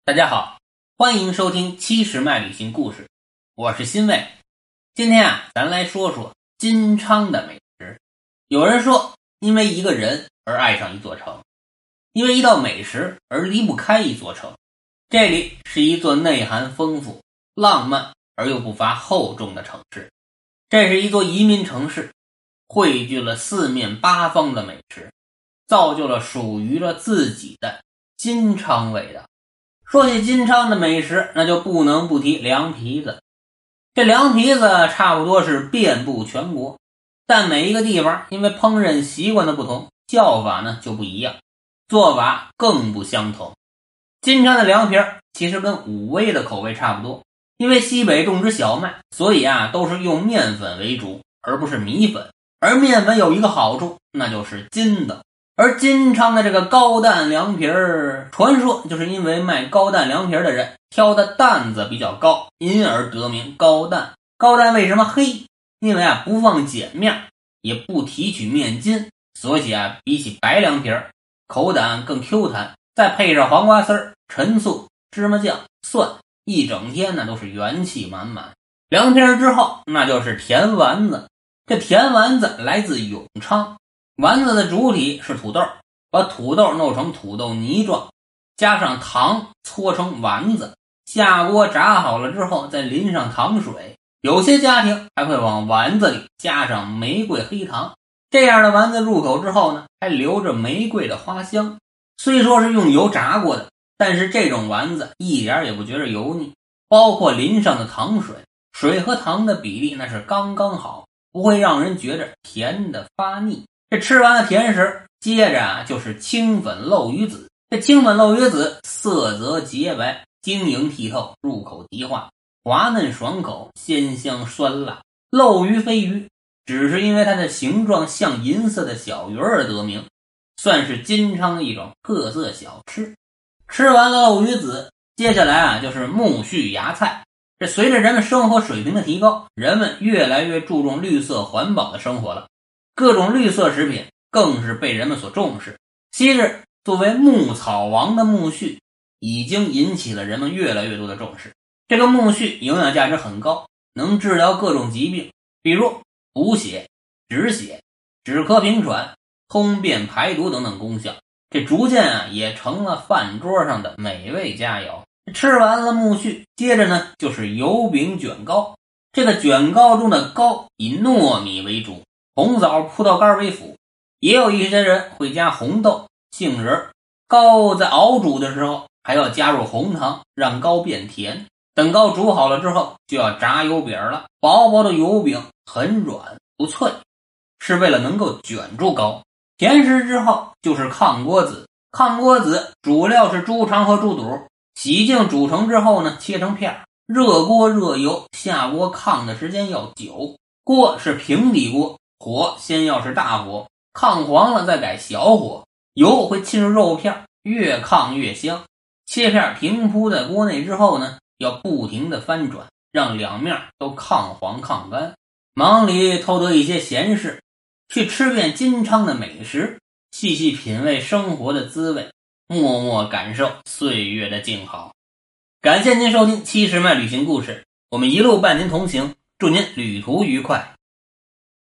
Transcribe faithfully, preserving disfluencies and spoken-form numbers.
大家好，欢迎收听七十迈旅行故事，我是欣慰。今天啊，咱来说说金昌的美食。有人说，因为一个人而爱上一座城，因为一道美食而离不开一座城。这里是一座内涵丰富、浪漫而又不乏厚重的城市。这是一座移民城市，汇聚了四面八方的美食，造就了属于了自己的金昌味道。说起金昌的美食，那就不能不提凉皮子。这凉皮子差不多是遍布全国，但每一个地方因为烹饪习惯的不同，叫法呢就不一样，做法更不相同。金昌的凉皮其实跟武威的口味差不多，因为西北种植小麦，所以啊都是用面粉为主，而不是米粉。而面粉有一个好处，那就是筋道。而金昌的这个高蛋凉皮儿，传说就是因为卖高蛋凉皮儿的人挑的担子比较高，因而得名高蛋。高蛋为什么黑？因为啊不放碱面，也不提取面筋，所以啊比起白凉皮儿，口感更 Q 弹，再配上黄瓜丝儿、陈醋、芝麻酱、蒜，一整天呢都是元气满满。凉皮儿之后，那就是甜丸子。这甜丸子来自永昌。丸子的主体是土豆，把土豆弄成土豆泥状，加上糖搓成丸子，下锅炸好了之后再淋上糖水。有些家庭还会往丸子里加上玫瑰黑糖，这样的丸子入口之后呢，还留着玫瑰的花香。虽说是用油炸过的，但是这种丸子一点也不觉得油腻，包括淋上的糖水，水和糖的比例那是刚刚好，不会让人觉着甜的发腻。这吃完了甜食，接着啊就是清粉漏鱼子。这清粉漏鱼子色泽洁白，晶莹剔透，入口即化，滑嫩爽口，鲜香酸辣。漏鱼非鱼，只是因为它的形状像银色的小鱼而得名，算是金昌的一种特色小吃。吃完了漏鱼子，接下来啊就是苜蓿芽菜。这随着人们生活水平的提高，人们越来越注重绿色环保的生活了，各种绿色食品更是被人们所重视。昔日作为牧草王的苜蓿已经引起了人们越来越多的重视。这个苜蓿营养价值很高，能治疗各种疾病，比如补血、止血、止咳平喘、通便排毒等等功效。这逐渐啊也成了饭桌上的美味佳肴。吃完了苜蓿，接着呢就是油饼卷糕。这个卷糕中的糕以糯米为主，红枣、葡萄干为辅，也有一些人会加红豆、杏仁。糕在熬煮的时候还要加入红糖，让糕变甜。等糕煮好了之后，就要炸油饼了。薄薄的油饼很软不脆，是为了能够卷住糕。甜食之后就是炕锅子。炕锅子主料是猪肠和猪肚，洗净煮成之后呢，切成片。热锅热油，下锅炕的时间要久，锅是平底锅，火先要是大火，炕黄了再改小火，油会浸入肉片，越炕越香。切片平铺在锅内之后呢，要不停的翻转，让两面都炕黄炕干。忙里偷得一些闲事，去吃遍金昌的美食，细细品味生活的滋味，默默感受岁月的静好。感谢您收听七十迈旅行故事，我们一路伴您同行，祝您旅途愉快。